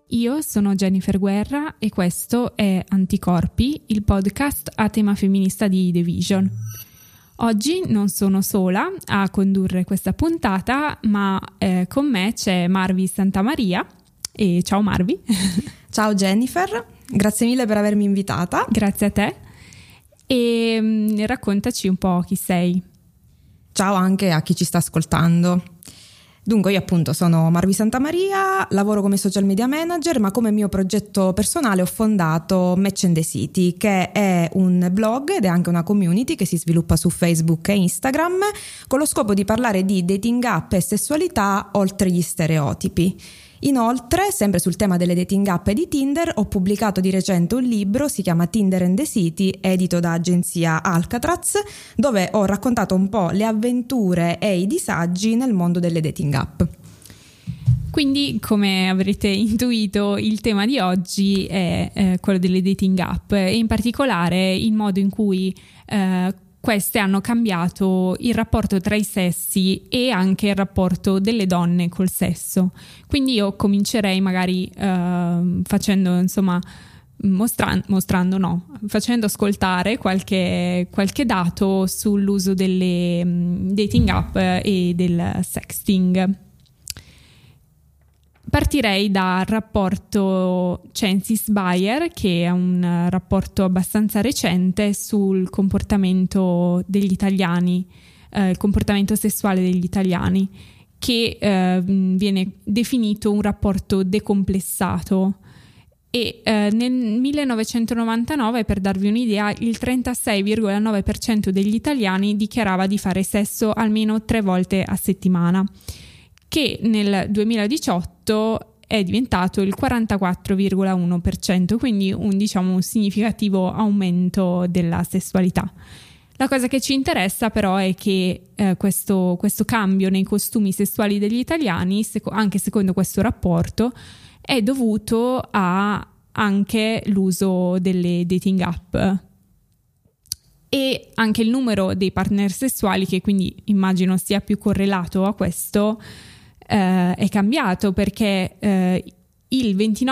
Io sono Jennifer Guerra e questo è Anticorpi, il podcast a tema femminista di The Vision. Oggi non sono sola a condurre questa puntata, ma con me c'è Marvi Santamaria. E ciao Marvi. Ciao Jennifer, grazie mille per avermi invitata. Grazie a te. E raccontaci un po' chi sei. Ciao anche a chi ci sta ascoltando. Dunque io appunto sono Marvi Santamaria, lavoro come social media manager, ma come mio progetto personale ho fondato Match and the City, che è un blog ed è anche una community che si sviluppa su Facebook e Instagram con lo scopo di parlare di dating app e sessualità oltre gli stereotipi. Inoltre, sempre sul tema delle dating app e di Tinder, ho pubblicato di recente un libro, si chiama Tinder and the City, edito da agenzia Alcatraz, dove ho raccontato un po' le avventure e i disagi nel mondo delle dating app. Quindi, come avrete intuito, il tema di oggi è quello delle dating app e in particolare il modo in cui queste hanno cambiato il rapporto tra i sessi e anche il rapporto delle donne col sesso. Quindi io comincerei magari facendo ascoltare qualche dato sull'uso delle dating app e del sexting. Partirei dal rapporto Censis-Buyer, che è un rapporto abbastanza recente sul comportamento degli italiani, il comportamento sessuale degli italiani, che viene definito un rapporto decomplessato. E nel 1999, per darvi un'idea, il 36,9% degli italiani dichiarava di fare sesso almeno 3 volte a settimana, che nel 2018 è diventato il 44,1%, quindi un significativo aumento della sessualità. La cosa che ci interessa però è che questo cambio nei costumi sessuali degli italiani, anche secondo questo rapporto, è dovuto a anche l'uso delle dating app e anche il numero dei partner sessuali, che quindi immagino sia più correlato a questo, è cambiato, perché il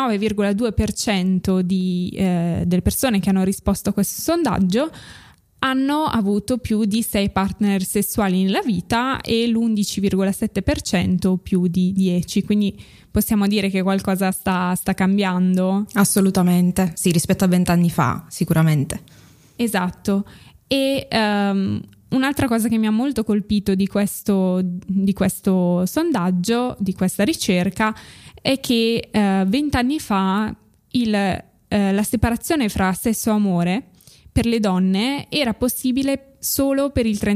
29,2% delle persone che hanno risposto a questo sondaggio hanno avuto più di 6 partner sessuali nella vita e l'11,7% più di 10, quindi possiamo dire che qualcosa sta cambiando. Assolutamente, sì, rispetto a 20 anni fa, sicuramente. Esatto. E un'altra cosa che mi ha molto colpito di questo sondaggio, di questa ricerca, è che 20 anni fa la separazione fra sesso e amore per le donne era possibile solo per il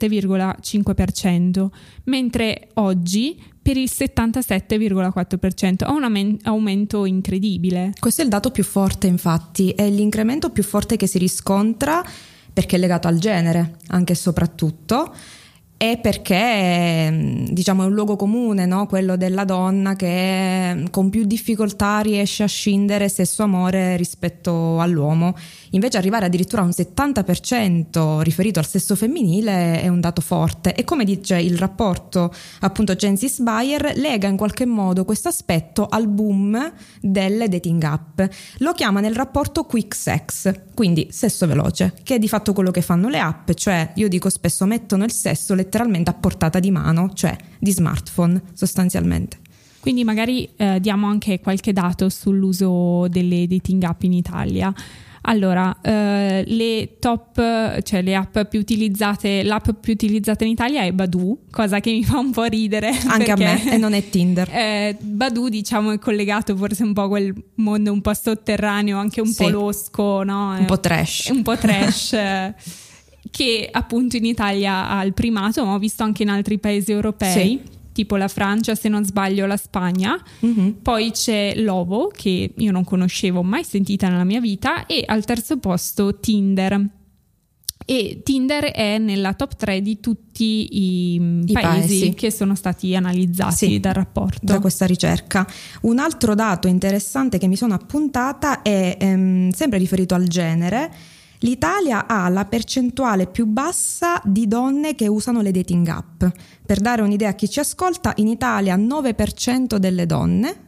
37,5%, mentre oggi per il 77,4%, ha un aumento incredibile. Questo è il dato più forte, infatti, è l'incremento più forte che si riscontra, perché è legato al genere, anche e soprattutto, e perché è un luogo comune, no? Quello della donna che con più difficoltà riesce a scindere sesso-amore rispetto all'uomo. Invece arrivare addirittura a un 70% riferito al sesso femminile è un dato forte, e come dice il rapporto appunto Censis-Buyer, lega in qualche modo questo aspetto al boom delle dating app. Lo chiama nel rapporto quick sex, quindi sesso veloce, che è di fatto quello che fanno le app, cioè io dico spesso mettono il sesso letteralmente a portata di mano, cioè di smartphone sostanzialmente. Quindi magari diamo anche qualche dato sull'uso delle dating app in Italia. Allora, le app più utilizzate, l'app più utilizzata in Italia è Badoo, cosa che mi fa un po' ridere. Anche a me, e non è Tinder. Badoo, è collegato forse un po' a quel mondo un po' sotterraneo, anche un po' losco, no? Un po' trash. Un po' trash, che appunto in Italia ha il primato, ma ho visto anche in altri paesi europei. Sì. Tipo la Francia, se non sbaglio, la Spagna. Mm-hmm. Poi c'è Lovo, che io non conoscevo, mai sentita nella mia vita, e al terzo posto Tinder. E Tinder è nella top 3 di tutti i paesi che sono stati analizzati dal rapporto, da questa ricerca. Un altro dato interessante che mi sono appuntata è sempre riferito al genere. L'Italia ha la percentuale più bassa di donne che usano le dating app. Per dare un'idea a chi ci ascolta, in Italia 9% delle donne,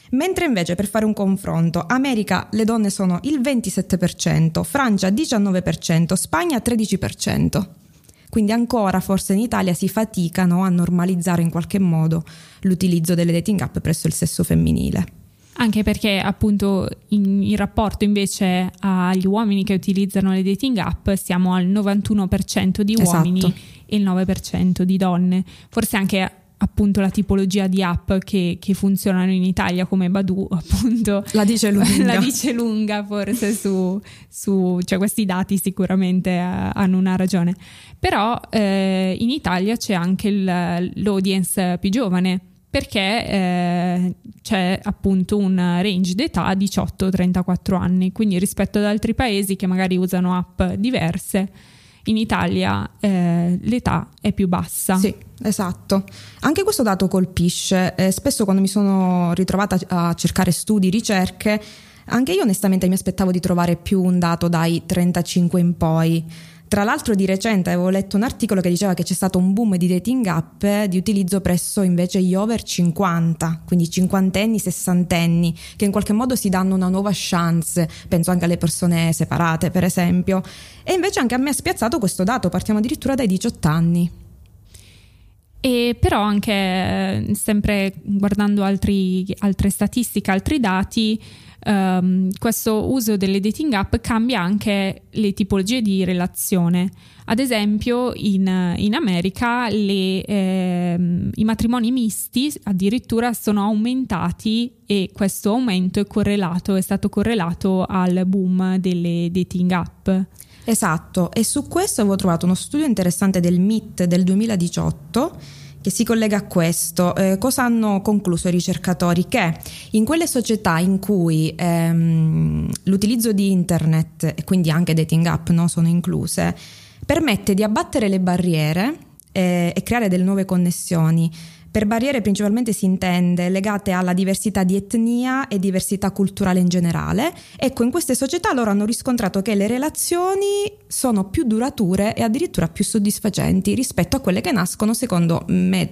Mentre invece, per fare un confronto, America le donne sono il 27%, Francia 19%, Spagna 13%. Quindi ancora forse in Italia si faticano a normalizzare in qualche modo l'utilizzo delle dating app presso il sesso femminile. Anche perché appunto in rapporto invece agli uomini che utilizzano le dating app siamo al 91% di uomini, esatto, e il 9% di donne. Forse anche appunto la tipologia di app che funzionano in Italia come Badoo, appunto la dice lunga forse su cioè questi dati sicuramente hanno una ragione, però in Italia c'è anche l'audience più giovane, perché c'è appunto un range d'età 18-34 anni, quindi rispetto ad altri paesi che magari usano app diverse, in Italia l'età è più bassa. Sì, esatto. Anche questo dato colpisce. Spesso quando mi sono ritrovata a cercare studi, ricerche, anche io onestamente mi aspettavo di trovare più un dato dai 35 in poi. Tra l'altro di recente avevo letto un articolo che diceva che c'è stato un boom di dating app di utilizzo presso invece gli over 50, quindi cinquantenni, sessantenni, che in qualche modo si danno una nuova chance, penso anche alle persone separate per esempio, e invece anche a me ha spiazzato questo dato, partiamo addirittura dai 18 anni. E però anche sempre guardando altre statistiche, altri dati, questo uso delle dating app cambia anche le tipologie di relazione. Ad esempio in America i matrimoni misti addirittura sono aumentati, e questo aumento è stato correlato al boom delle dating app. Esatto, e su questo avevo trovato uno studio interessante del MIT del 2018 che si collega a questo. Cosa hanno concluso i ricercatori? Che in quelle società in cui l'utilizzo di internet e quindi anche dating app sono incluse, permette di abbattere le barriere e creare delle nuove connessioni. Per barriere principalmente si intende legate alla diversità di etnia e diversità culturale in generale. Ecco, in queste società loro hanno riscontrato che le relazioni sono più durature e addirittura più soddisfacenti rispetto a quelle che nascono secondo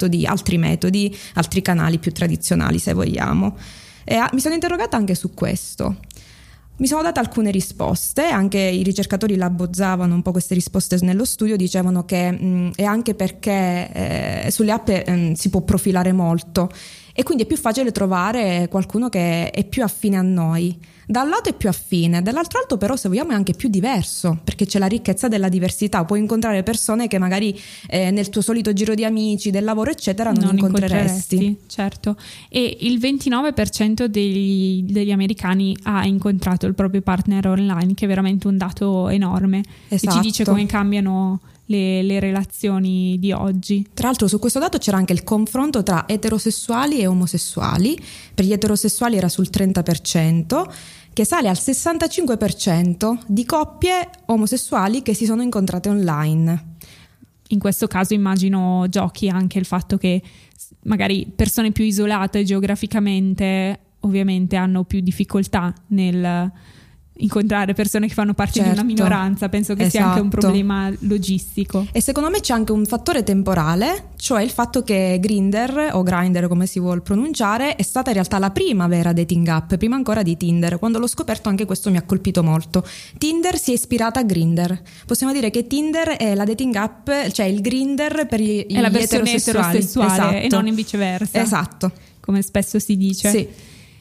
altri canali più tradizionali, se vogliamo. Mi sono interrogata anche su questo. Mi sono data alcune risposte, anche i ricercatori la abbozzavano un po' queste risposte nello studio, dicevano che è anche perché sulle app si può profilare molto e quindi è più facile trovare qualcuno che è più affine a noi. Da un lato è più affine, dall'altro lato però, se vogliamo, è anche più diverso, perché c'è la ricchezza della diversità. Puoi incontrare persone che magari nel tuo solito giro di amici, del lavoro eccetera non incontreresti. Certo, e il 29% degli americani ha incontrato il proprio partner online, che è veramente un dato enorme. Esatto. E ci dice come cambiano le relazioni di oggi. Tra l'altro su questo dato c'era anche il confronto tra eterosessuali e omosessuali. Per gli eterosessuali era sul 30%, che sale al 65% di coppie omosessuali che si sono incontrate online. In questo caso immagino giochi anche il fatto che magari persone più isolate geograficamente ovviamente hanno più difficoltà nel incontrare persone che fanno parte di una minoranza. Penso che sia anche un problema logistico. E secondo me c'è anche un fattore temporale, cioè il fatto che Grindr, o Grindr come si vuol pronunciare, è stata in realtà la prima vera dating app, prima ancora di Tinder. Quando l'ho scoperto anche questo mi ha colpito molto. Tinder si è ispirata a Grindr. Possiamo dire che Tinder è la dating app, cioè il Grindr per gli è la versione eterosessuale, esatto. E non in viceversa. Esatto. Come spesso si dice. Sì.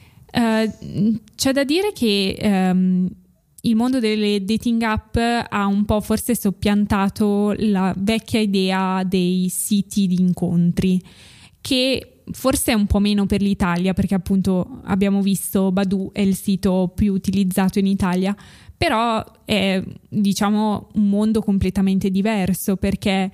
C'è da dire che il mondo delle dating app ha un po' forse soppiantato la vecchia idea dei siti di incontri, che forse è un po' meno per l'Italia, perché appunto abbiamo visto Badoo è il sito più utilizzato in Italia, però è, diciamo, un mondo completamente diverso, perché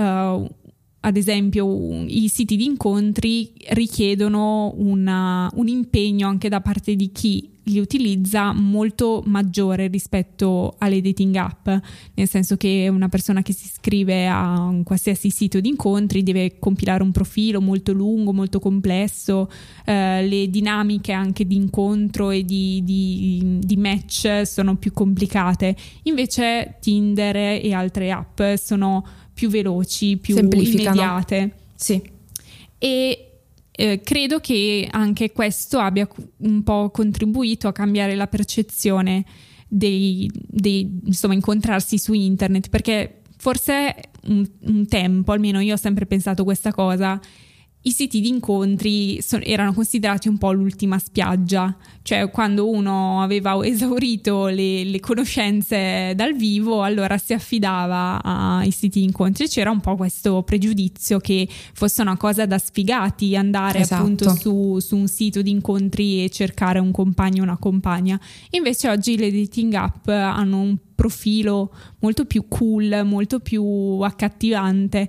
ad esempio i siti di incontri richiedono un impegno anche da parte di chi li utilizza molto maggiore rispetto alle dating app, nel senso che una persona che si iscrive a un qualsiasi sito di incontri deve compilare un profilo molto lungo, molto complesso, le dinamiche anche di incontro e di match sono più complicate. Invece Tinder e altre app sono più veloci, più immediate. Sì. E credo che anche questo abbia un po' contribuito a cambiare la percezione dei insomma, incontrarsi su internet, perché forse un tempo, almeno io ho sempre pensato questa cosa, i siti di incontri erano considerati un po' l'ultima spiaggia, cioè quando uno aveva esaurito le conoscenze dal vivo, allora si affidava ai siti di incontri. C'era un po' questo pregiudizio che fosse una cosa da sfigati andare appunto su un sito di incontri e cercare un compagno o una compagna. Invece oggi le dating app hanno un profilo molto più cool, molto più accattivante,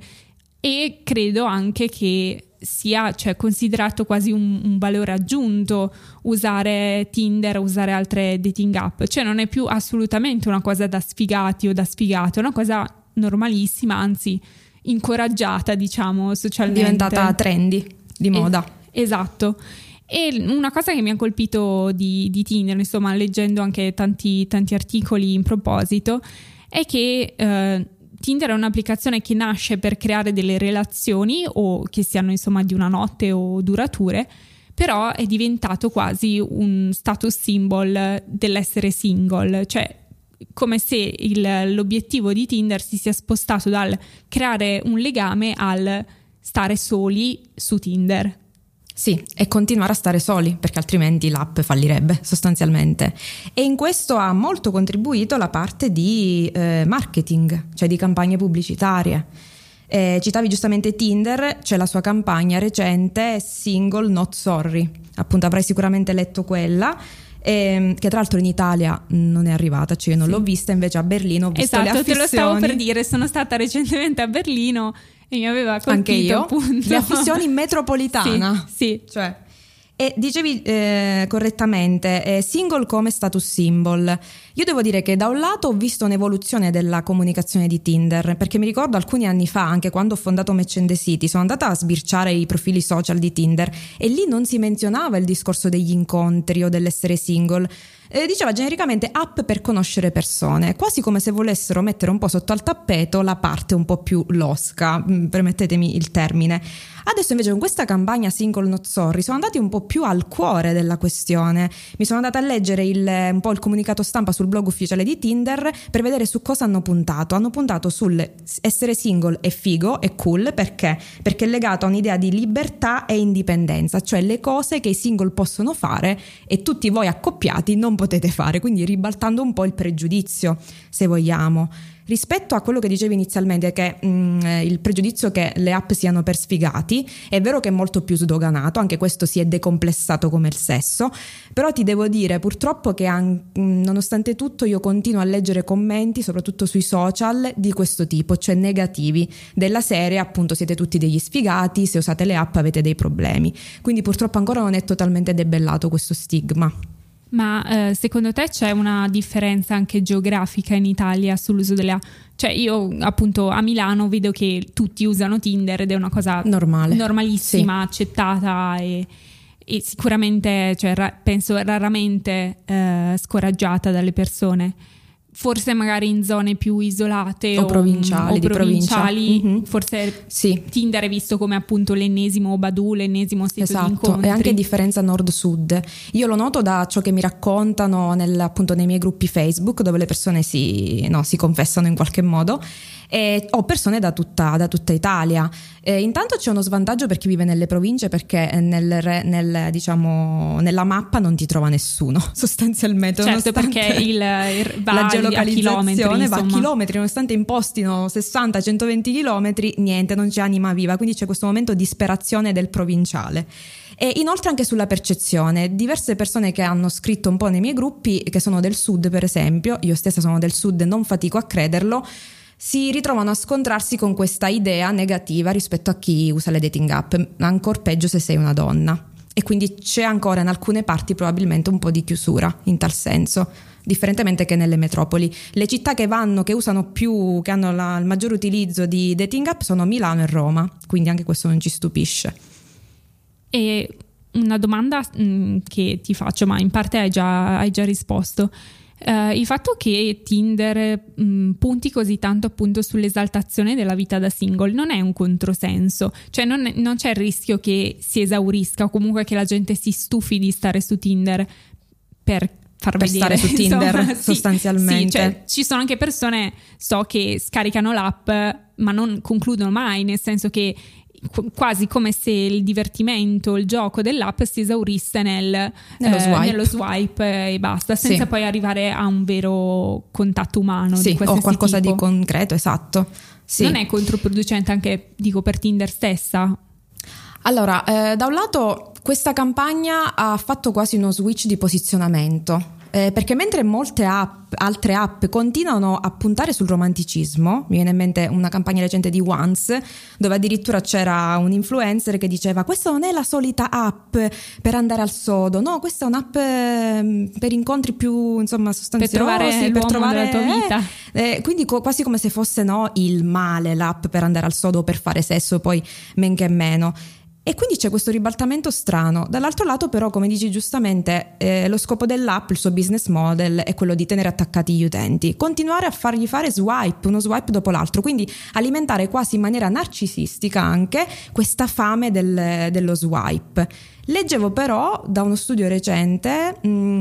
e credo anche che sia, cioè, considerato quasi un valore aggiunto usare Tinder, usare altre dating app, cioè non è più assolutamente una cosa da sfigati o da sfigato, è una cosa normalissima, anzi incoraggiata, diciamo, socialmente. Diventata trendy, di moda. Esatto. E una cosa che mi ha colpito di Tinder, insomma, leggendo anche tanti articoli in proposito, è che Tinder è un'applicazione che nasce per creare delle relazioni o che siano insomma di una notte o durature, però è diventato quasi un status symbol dell'essere single, cioè come se l'obiettivo di Tinder si sia spostato dal creare un legame al stare soli su Tinder. Sì, e continuare a stare soli, perché altrimenti l'app fallirebbe sostanzialmente. E in questo ha molto contribuito la parte di marketing, cioè di campagne pubblicitarie. Citavi giustamente Tinder, c'è la sua campagna recente Single Not Sorry, appunto avrai sicuramente letto quella, che tra l'altro in Italia non è arrivata, cioè io non l'ho vista, invece a Berlino ho visto le affissioni. Esatto, te lo stavo per dire, sono stata recentemente a Berlino e mi aveva colpito, anche io, appunto. Le affissioni in metropolitana. Sì. Cioè. E dicevi correttamente, single come status symbol. Io devo dire che da un lato ho visto un'evoluzione della comunicazione di Tinder, perché mi ricordo alcuni anni fa, anche quando ho fondato Match and the City, sono andata a sbirciare i profili social di Tinder e lì non si menzionava il discorso degli incontri o dell'essere single. Diceva genericamente app per conoscere persone, quasi come se volessero mettere un po' sotto al tappeto la parte un po' più losca, permettetemi il termine. Adesso invece con questa campagna Single Not Sorry sono andati un po' più al cuore della questione. Mi sono andata a leggere un po' il comunicato stampa sul blog ufficiale di Tinder per vedere su cosa hanno puntato. Hanno puntato sul essere single è figo, è cool, perché è legato a un'idea di libertà e indipendenza, cioè le cose che i single possono fare e tutti voi accoppiati non potete fare, quindi ribaltando un po' il pregiudizio, se vogliamo. Rispetto a quello che dicevi inizialmente, che il pregiudizio che le app siano per sfigati, è vero che è molto più sdoganato, anche questo si è decomplessato come il sesso, però ti devo dire purtroppo che nonostante tutto io continuo a leggere commenti, soprattutto sui social, di questo tipo, cioè negativi, della serie appunto siete tutti degli sfigati, se usate le app avete dei problemi, quindi purtroppo ancora non è totalmente debellato questo stigma. Ma secondo te c'è una differenza anche geografica in Italia sull'uso delle app? Cioè io appunto a Milano vedo che tutti usano Tinder ed è una cosa normalissima, sì, accettata e sicuramente, cioè, penso raramente scoraggiata dalle persone. Forse magari in zone più isolate o provinciali, di provincia. Mm-hmm. Forse sì. Tinder è visto come appunto l'ennesimo Badoo, l'ennesimo sito esatto, di incontri. E anche differenza nord-sud. Io lo noto da ciò che mi raccontano appunto nei miei gruppi Facebook, dove le persone si confessano in qualche modo, e ho persone da tutta Italia. Intanto c'è uno svantaggio per chi vive nelle province, perché nella mappa non ti trova nessuno sostanzialmente, certo, perché la geolocalizzazione va a chilometri, nonostante impostino 60-120 chilometri, niente, non c'è anima viva, quindi c'è questo momento di disperazione del provinciale. E inoltre anche sulla percezione, diverse persone che hanno scritto un po' nei miei gruppi, che sono del sud per esempio, io stessa sono del sud e non fatico a crederlo, si ritrovano a scontrarsi con questa idea negativa rispetto a chi usa le dating app, ancor peggio se sei una donna. E quindi c'è ancora in alcune parti probabilmente un po' di chiusura in tal senso, differentemente che nelle metropoli. Le città che hanno il maggior utilizzo di dating app sono Milano e Roma, quindi anche questo non ci stupisce. E una domanda che ti faccio, ma in parte hai già risposto. Il fatto che Tinder punti così tanto appunto sull'esaltazione della vita da single non è un controsenso, cioè non c'è il rischio che si esaurisca o comunque che la gente si stufi di stare su Tinder per vedere, stare su Tinder, insomma, sostanzialmente. Sì, cioè, ci sono anche persone, so, che scaricano l'app ma non concludono mai, nel senso che quasi come se il divertimento, il gioco dell'app si esaurisse nello swipe e basta, senza poi arrivare a un vero contatto umano di qualsiasi o qualcosa tipo. di concreto, esatto. Sì. Non è controproducente anche, dico, per Tinder stessa? Allora, da un lato questa campagna ha fatto quasi uno switch di posizionamento, perché mentre molte altre app continuano a puntare sul romanticismo, mi viene in mente una campagna recente di Once, dove addirittura c'era un influencer che diceva: questa non è la solita app per andare al sodo, no, questa è un'app per incontri più, insomma, sostanziosi, per trovare la tua vita. Quindi quasi come se fosse, no, il male l'app per andare al sodo o per fare sesso, poi men che meno. E quindi c'è questo ribaltamento strano. Dall'altro lato però, come dici giustamente, lo scopo dell'app, il suo business model è quello di tenere attaccati gli utenti, continuare a fargli fare uno swipe dopo l'altro, quindi alimentare quasi in maniera narcisistica anche questa fame dello swipe. Leggevo però da uno studio recente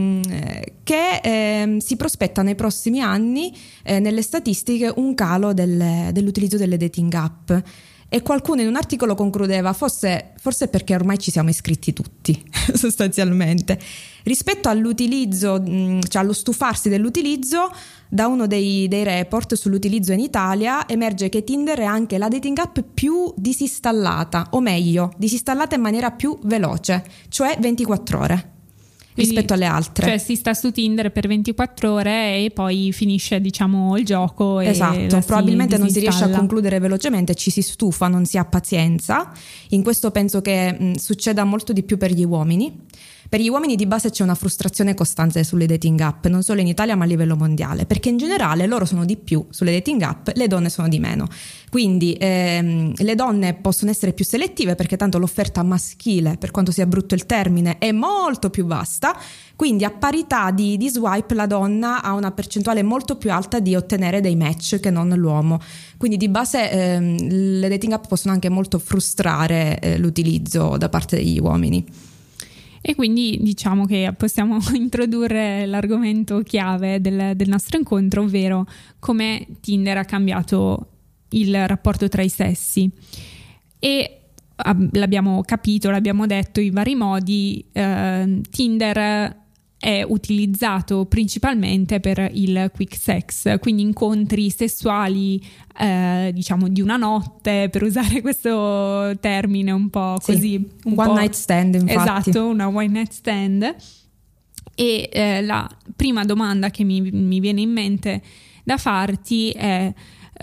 che si prospetta nei prossimi anni nelle statistiche un calo dell'utilizzo delle dating app. E qualcuno in un articolo concludeva forse perché ormai ci siamo iscritti tutti sostanzialmente, rispetto all'utilizzo, cioè allo stufarsi dell'utilizzo. Da uno dei report sull'utilizzo in Italia emerge che Tinder è anche la dating app più disinstallata, o meglio disinstallata in maniera più veloce, cioè 24 ore. Quindi, rispetto alle altre, cioè si sta su Tinder per 24 ore e poi finisce, diciamo, il gioco. Esatto, probabilmente non si riesce a concludere velocemente, ci si stufa, non si ha pazienza. In questo penso che succeda molto di più per gli uomini. Per gli uomini di base c'è una frustrazione costante sulle dating app, non solo in Italia ma a livello mondiale, perché in generale loro sono di più sulle dating app, le donne sono di meno. Quindi le donne possono essere più selettive perché tanto l'offerta maschile, per quanto sia brutto il termine, è molto più vasta, quindi a parità di swipe la donna ha una percentuale molto più alta di ottenere dei match che non l'uomo. Quindi di base le dating app possono anche molto frustrare l'utilizzo da parte degli uomini. E quindi diciamo che possiamo introdurre l'argomento chiave del nostro incontro, ovvero come Tinder ha cambiato il rapporto tra i sessi. E l'abbiamo capito, l'abbiamo detto in vari modi, Tinder è utilizzato principalmente per il quick sex, quindi incontri sessuali diciamo di una notte, per usare questo termine un po' così, one night stand, infatti. Esatto, una one night stand. E la prima domanda che mi viene in mente da farti è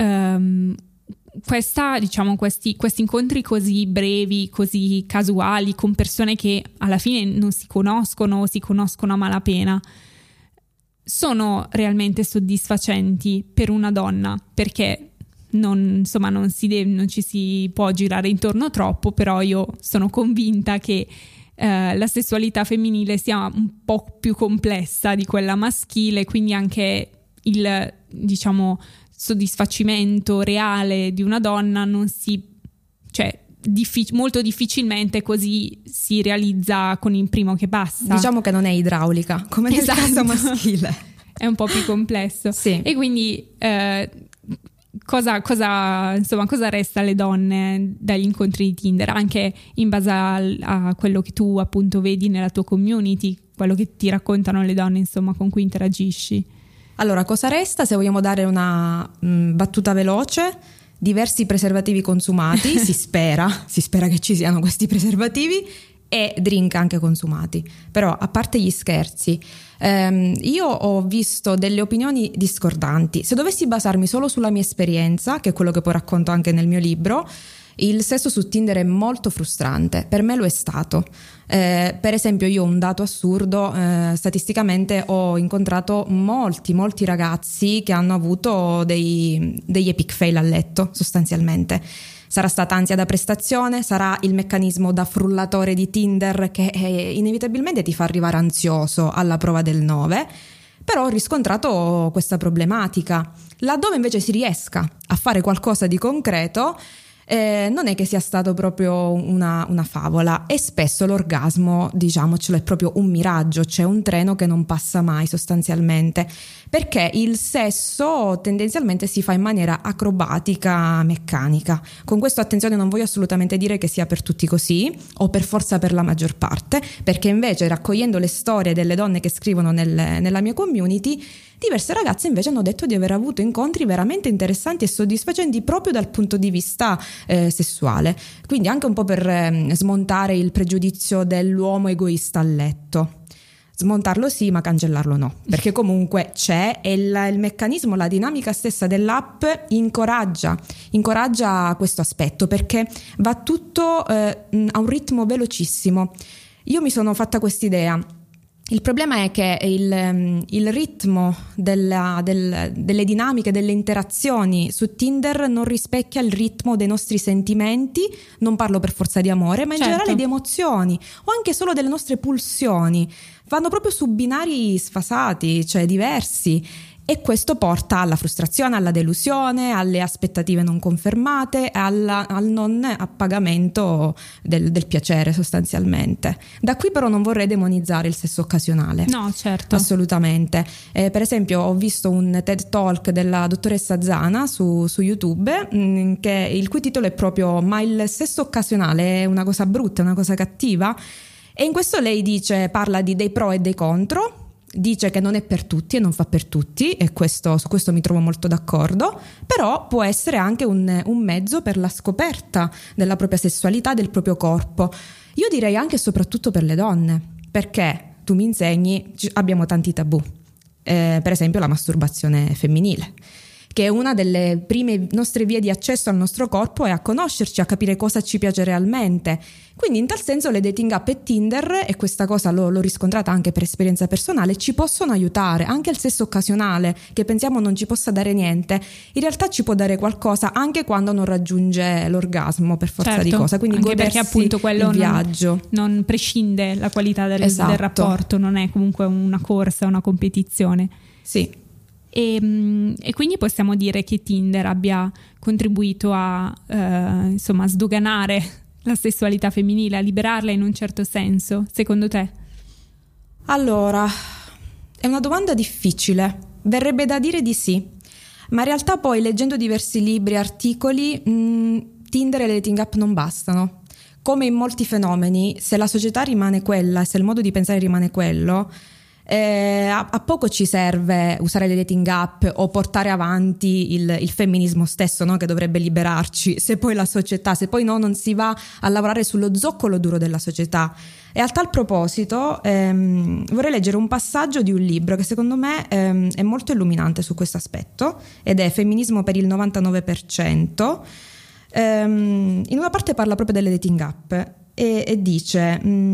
questi incontri così brevi, così casuali, con persone che alla fine non si conoscono o si conoscono a malapena, sono realmente soddisfacenti per una donna? Perché non ci si può girare intorno troppo, però io sono convinta che la sessualità femminile sia un po' più complessa di quella maschile, quindi anche il, diciamo, soddisfacimento reale di una donna molto difficilmente così si realizza con il primo che passa. Diciamo che non è idraulica come nel caso maschile, è un po' più complesso. Sì. E quindi cosa resta alle donne dagli incontri di Tinder, anche in base a quello che tu appunto vedi nella tua community, quello che ti raccontano le donne, insomma, con cui interagisci? Allora, cosa resta? Se vogliamo dare una battuta veloce: diversi preservativi consumati, si spera che ci siano questi preservativi, e drink anche consumati. Però, a parte gli scherzi, io ho visto delle opinioni discordanti. Se dovessi basarmi solo sulla mia esperienza, che è quello che poi racconto anche nel mio libro, il sesso su Tinder è molto frustrante. Per me lo è stato. Per esempio, io ho un dato assurdo, statisticamente ho incontrato molti ragazzi che hanno avuto degli epic fail a letto, sostanzialmente. Sarà stata ansia da prestazione, sarà il meccanismo da frullatore di Tinder che inevitabilmente ti fa arrivare ansioso alla prova del 9. Però ho riscontrato questa problematica. Laddove invece si riesca a fare qualcosa di concreto, non è che sia stato proprio una favola, e spesso l'orgasmo, diciamocelo, è proprio un miraggio, c'è un treno che non passa mai sostanzialmente, perché il sesso tendenzialmente si fa in maniera acrobatica, meccanica. Con questo, attenzione, non voglio assolutamente dire che sia per tutti così o per forza per la maggior parte, perché invece, raccogliendo le storie delle donne che scrivono nella mia community, diverse ragazze invece hanno detto di aver avuto incontri veramente interessanti e soddisfacenti proprio dal punto di vista sessuale. Quindi anche un po' per smontare il pregiudizio dell'uomo egoista a letto. Smontarlo sì, ma cancellarlo no, perché comunque c'è, e il meccanismo, la dinamica stessa dell'app incoraggia questo aspetto, perché va tutto a un ritmo velocissimo. Io mi sono fatta quest'idea. Il problema è che il ritmo delle dinamiche, delle interazioni su Tinder non rispecchia il ritmo dei nostri sentimenti, non parlo per forza di amore, ma in generale di emozioni o anche solo delle nostre pulsioni. Vanno proprio su binari sfasati, cioè diversi. E questo porta alla frustrazione, alla delusione, alle aspettative non confermate, al non appagamento del piacere sostanzialmente. Da qui però non vorrei demonizzare il sesso occasionale. No, certo. Assolutamente. Per esempio ho visto un TED Talk della dottoressa Zana su YouTube, il cui titolo è proprio "Ma il sesso occasionale è una cosa brutta, è una cosa cattiva?" E in questo lei parla dei pro e dei contro. Dice che non è per tutti e non fa per tutti, e su questo mi trovo molto d'accordo, però può essere anche un mezzo per la scoperta della propria sessualità, del proprio corpo. Io direi anche e soprattutto per le donne, perché tu mi insegni, abbiamo tanti tabù, per esempio la masturbazione femminile, che è una delle prime nostre vie di accesso al nostro corpo e a conoscerci, a capire cosa ci piace realmente. Quindi in tal senso le dating app e Tinder, e questa cosa l'ho riscontrata anche per esperienza personale, ci possono aiutare. Anche il sesso occasionale, che pensiamo non ci possa dare niente, in realtà ci può dare qualcosa anche quando non raggiunge l'orgasmo per forza di cosa. Quindi anche perché appunto quello il viaggio non prescinde la qualità del rapporto, non è comunque una corsa, una competizione. Sì. E quindi possiamo dire che Tinder abbia contribuito a sdoganare la sessualità femminile, a liberarla in un certo senso, secondo te? Allora, è una domanda difficile, verrebbe da dire di sì, ma in realtà poi, leggendo diversi libri e articoli, Tinder e le dating app non bastano. Come in molti fenomeni, se la società rimane quella, se il modo di pensare rimane quello, a poco ci serve usare le dating app o portare avanti il femminismo stesso, no? Che dovrebbe liberarci, se poi la società, se poi non si va a lavorare sullo zoccolo duro della società. E a tal proposito vorrei leggere un passaggio di un libro che secondo me è molto illuminante su questo aspetto, ed è Femminismo per il 99%. In una parte parla proprio delle dating app e dice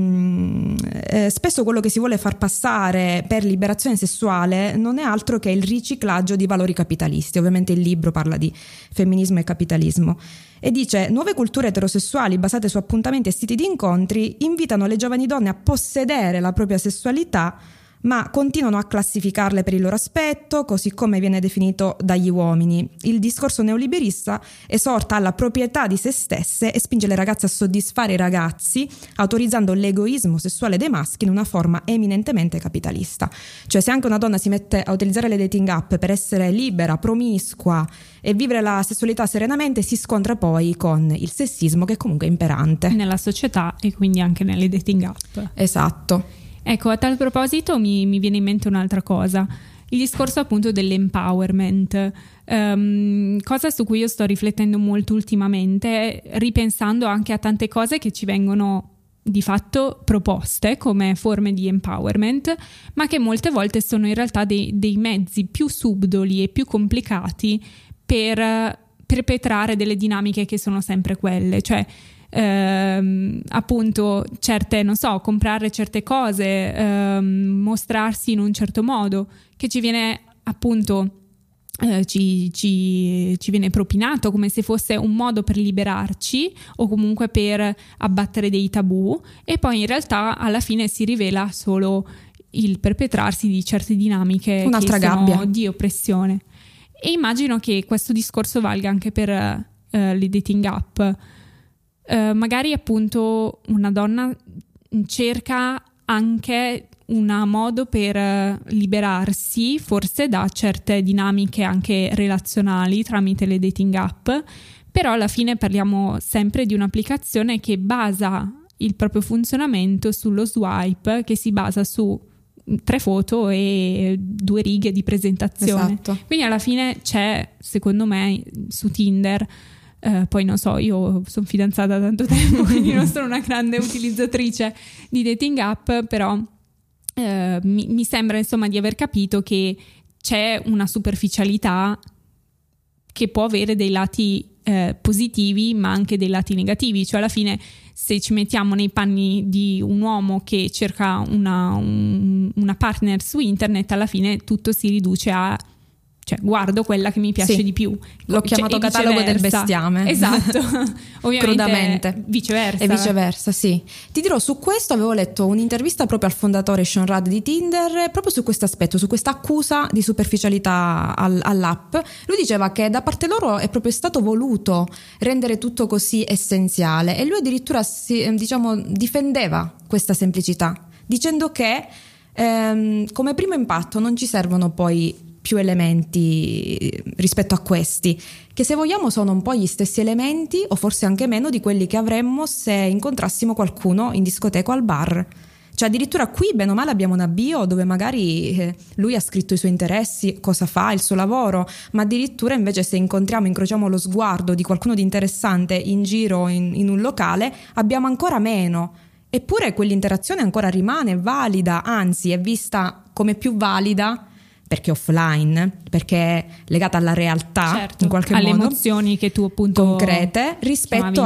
spesso quello che si vuole far passare per liberazione sessuale non è altro che il riciclaggio di valori capitalisti. Ovviamente il libro parla di femminismo e capitalismo, e dice: nuove culture eterosessuali basate su appuntamenti e siti di incontri invitano le giovani donne a possedere la propria sessualità, ma continuano a classificarle per il loro aspetto, così come viene definito dagli uomini. Il discorso neoliberista esorta alla proprietà di se stesse e spinge le ragazze a soddisfare i ragazzi, autorizzando l'egoismo sessuale dei maschi in una forma eminentemente capitalista. Cioè, se anche una donna si mette a utilizzare le dating app per essere libera, promiscua e vivere la sessualità serenamente, si scontra poi con il sessismo, che è comunque imperante nella società e quindi anche nelle dating app. Esatto. Ecco, a tal proposito mi viene in mente un'altra cosa, il discorso appunto dell'empowerment, cosa su cui io sto riflettendo molto ultimamente, ripensando anche a tante cose che ci vengono di fatto proposte come forme di empowerment, ma che molte volte sono in realtà dei mezzi più subdoli e più complicati per perpetrare delle dinamiche che sono sempre quelle, cioè appunto certe, non so, comprare certe cose, mostrarsi in un certo modo che ci viene appunto ci viene propinato come se fosse un modo per liberarci o comunque per abbattere dei tabù, e poi in realtà alla fine si rivela solo il perpetrarsi di certe dinamiche un'altra che sono gabbia di oppressione. E immagino che questo discorso valga anche per le dating app. Magari appunto una donna cerca anche un modo per liberarsi forse da certe dinamiche anche relazionali tramite le dating app, però alla fine parliamo sempre di un'applicazione che basa il proprio funzionamento sullo swipe, che si basa su 3 foto e 2 righe di presentazione. Esatto. Quindi alla fine c'è, secondo me, su Tinder, poi non so, io sono fidanzata da tanto tempo, quindi non sono una grande utilizzatrice di dating app, però mi sembra insomma di aver capito che c'è una superficialità che può avere dei lati positivi ma anche dei lati negativi, cioè alla fine se ci mettiamo nei panni di un uomo che cerca una partner su internet, alla fine tutto si riduce a guardo quella che mi piace di più. L'ho chiamato catalogo del bestiame. Esatto. Ovviamente crudamente. Viceversa. E viceversa, sì. Ti dirò, su questo avevo letto un'intervista proprio al fondatore Sean Rudd di Tinder, proprio su questo aspetto, su questa accusa di superficialità all'app. Lui diceva che da parte loro è proprio stato voluto rendere tutto così essenziale, e lui addirittura difendeva questa semplicità, dicendo che come primo impatto non ci servono poi più elementi rispetto a questi, che se vogliamo sono un po' gli stessi elementi o forse anche meno di quelli che avremmo se incontrassimo qualcuno in discoteca o al bar. Cioè addirittura qui bene o male abbiamo una bio dove magari lui ha scritto i suoi interessi, cosa fa, il suo lavoro, ma addirittura invece se incrociamo lo sguardo di qualcuno di interessante in giro in un locale abbiamo ancora meno. Eppure quell'interazione ancora rimane valida, anzi è vista come più valida perché offline, perché è legata alla realtà, certo, in qualche alle modo, emozioni che tu appunto concrete rispetto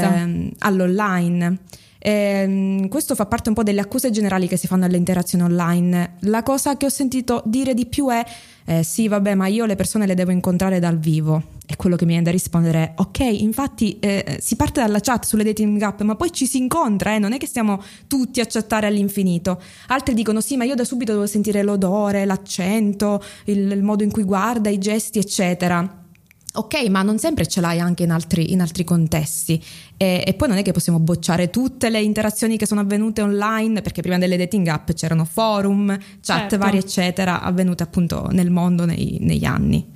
all'online. Questo fa parte un po' delle accuse generali che si fanno alle interazioni online. La cosa che ho sentito dire di più è sì vabbè, ma io le persone le devo incontrare dal vivo. E quello che mi viene da rispondere è ok, infatti si parte dalla chat sulle dating app, ma poi ci si incontra, non è che stiamo tutti a chattare all'infinito. Altri dicono sì, ma io da subito devo sentire l'odore, l'accento, il modo in cui guarda, i gesti eccetera. Ok, ma non sempre ce l'hai anche in altri contesti, e poi non è che possiamo bocciare tutte le interazioni che sono avvenute online, perché prima delle dating app c'erano forum, chat certo, varie eccetera, avvenute appunto nel mondo negli anni.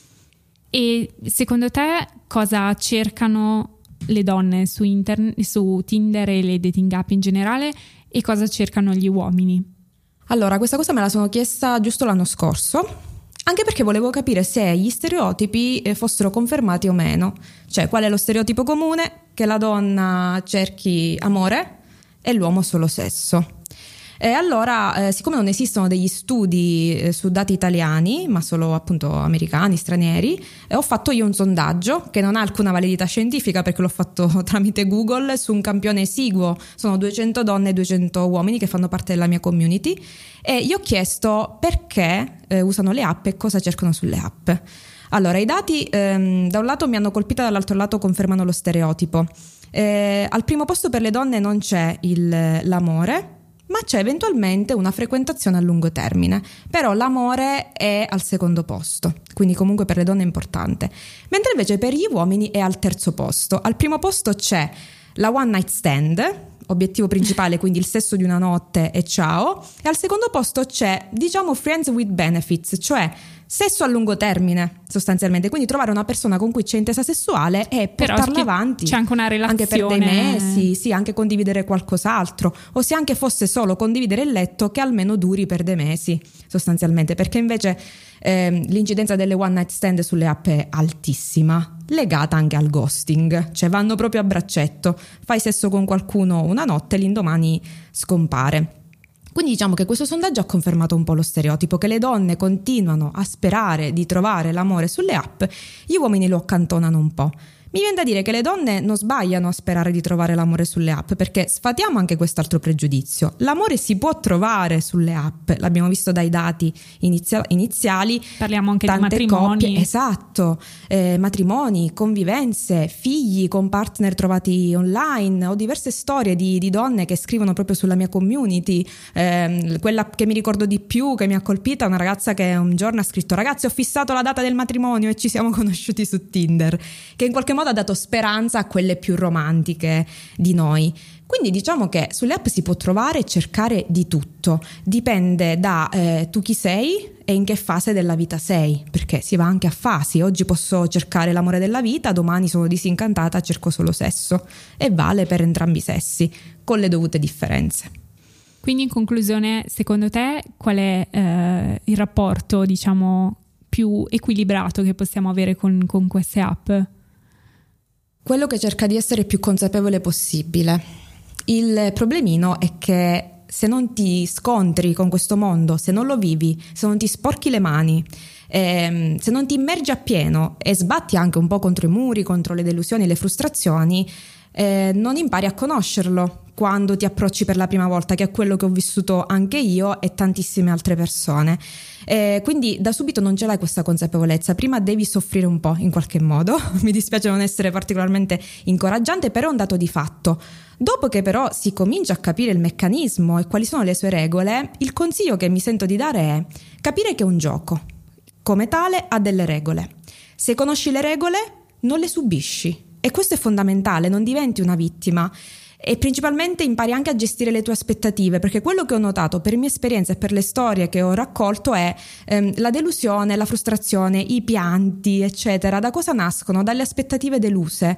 E secondo te cosa cercano le donne su Tinder e le dating app in generale, e cosa cercano gli uomini? Allora, questa cosa me la sono chiesta giusto l'anno scorso, anche perché volevo capire se gli stereotipi fossero confermati o meno. Cioè, qual è lo stereotipo comune? Che la donna cerchi amore e l'uomo solo sesso. E allora, siccome non esistono degli studi su dati italiani, ma solo appunto americani, stranieri, ho fatto io un sondaggio che non ha alcuna validità scientifica perché l'ho fatto tramite Google su un campione esiguo. Sono 200 donne e 200 uomini che fanno parte della mia community, e io ho chiesto perché usano le app e cosa cercano sulle app. Allora, i dati da un lato mi hanno colpita, dall'altro lato confermano lo stereotipo. Al primo posto per le donne non c'è l'amore, ma c'è eventualmente una frequentazione a lungo termine, però l'amore è al secondo posto, quindi comunque per le donne è importante, mentre invece per gli uomini è al terzo posto. Al primo posto c'è la one night stand, obiettivo principale, quindi il sesso di una notte e ciao, e al secondo posto c'è, diciamo, friends with benefits, cioè sesso a lungo termine sostanzialmente, quindi trovare una persona con cui c'è intesa sessuale e portarla avanti, c'è anche una relazione, anche per dei mesi, sì, anche condividere qualcos'altro, o se anche fosse solo condividere il letto, che almeno duri per dei mesi sostanzialmente, perché invece l'incidenza delle one night stand sulle app è altissima, legata anche al ghosting, cioè vanno proprio a braccetto, fai sesso con qualcuno una notte, l'indomani scompare. Quindi diciamo che questo sondaggio ha confermato un po' lo stereotipo, che le donne continuano a sperare di trovare l'amore sulle app, gli uomini lo accantonano un po'. Mi viene da dire che le donne non sbagliano a sperare di trovare l'amore sulle app, perché sfatiamo anche quest'altro pregiudizio. L'amore si può trovare sulle app, l'abbiamo visto dai dati iniziali. Parliamo anche di matrimoni. Coppie, esatto, matrimoni, convivenze, figli con partner trovati online. Ho diverse storie di donne che scrivono proprio sulla mia community. Quella che mi ricordo di più, che mi ha colpita, è una ragazza che un giorno ha scritto: ragazzi, ho fissato la data del matrimonio e ci siamo conosciuti su Tinder, che in qualche modo ha dato speranza a quelle più romantiche di noi. Quindi diciamo che sulle app si può trovare e cercare di tutto, dipende da tu chi sei e in che fase della vita sei, perché si va anche a fasi. Oggi posso cercare l'amore della vita, domani sono disincantata, cerco solo sesso, e vale per entrambi i sessi, con le dovute differenze. Quindi in conclusione, secondo te qual è il rapporto, diciamo, più equilibrato che possiamo avere con queste app? Quello che cerca di essere più consapevole possibile. Il problemino è che se non ti scontri con questo mondo, se non lo vivi, se non ti sporchi le mani, se non ti immergi appieno e sbatti anche un po' contro i muri, contro le delusioni e le frustrazioni, non impari a conoscerlo quando ti approcci per la prima volta, che è quello che ho vissuto anche io e tantissime altre persone. Quindi da subito non ce l'hai questa consapevolezza, prima devi soffrire un po' in qualche modo. Mi dispiace non essere particolarmente incoraggiante, però è un dato di fatto. Dopo che però si comincia a capire il meccanismo e quali sono le sue regole, il consiglio che mi sento di dare è capire che è un gioco, come tale ha delle regole. Se conosci le regole, non le subisci, e questo è fondamentale, non diventi una vittima. E principalmente impari anche a gestire le tue aspettative, perché quello che ho notato per mia esperienza e per le storie che ho raccolto è la delusione, la frustrazione, i pianti, eccetera. Da cosa nascono? Dalle aspettative deluse.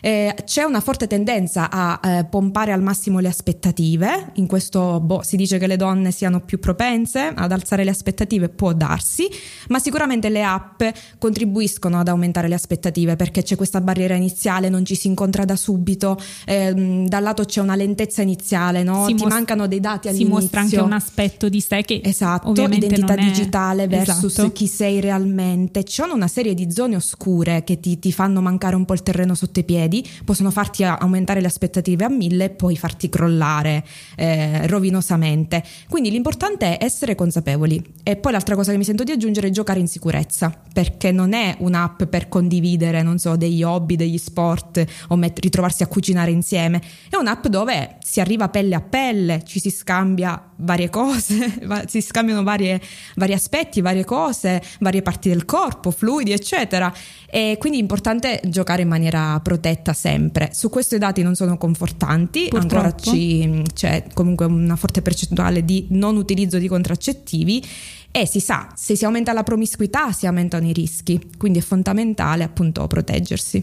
C'è una forte tendenza a pompare al massimo le aspettative. In questo si dice che le donne siano più propense ad alzare le aspettative, può darsi, ma sicuramente le app contribuiscono ad aumentare le aspettative, perché c'è questa barriera iniziale, non ci si incontra da subito, dal lato c'è una lentezza iniziale, no? Ti mancano dei dati all'inizio, si mostra anche un aspetto di sé che ovviamente identità non è digitale versus esatto. Chi sei realmente. Ci sono una serie di zone oscure che ti fanno mancare un po' il terreno sotto i piedi, possono farti aumentare le aspettative a 1000 e poi farti crollare rovinosamente. Quindi l'importante è essere consapevoli. E poi l'altra cosa che mi sento di aggiungere è giocare in sicurezza, perché non è un'app per condividere, non so, degli hobby, degli sport o ritrovarsi a cucinare insieme. È un'app dove si arriva pelle a pelle, ci si scambia varie cose, si scambiano vari aspetti, varie cose, varie parti del corpo, fluidi, eccetera. E quindi è importante giocare in maniera protetta sempre. Su questo i dati non sono confortanti, purtroppo. Ancora c'è comunque una forte percentuale di non utilizzo di contraccettivi, e si sa, se si aumenta la promiscuità si aumentano i rischi, quindi è fondamentale appunto proteggersi.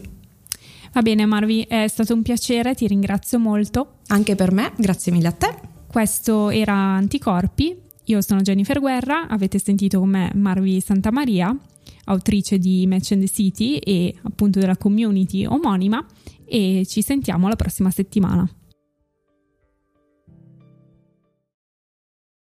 Va bene Marvi, è stato un piacere, ti ringrazio molto. Anche per me, grazie mille a te. Questo era Anticorpi, io sono Jennifer Guerra, avete sentito con me Marvi Santamaria, autrice di Match and the City e appunto della community omonima, e ci sentiamo la prossima settimana.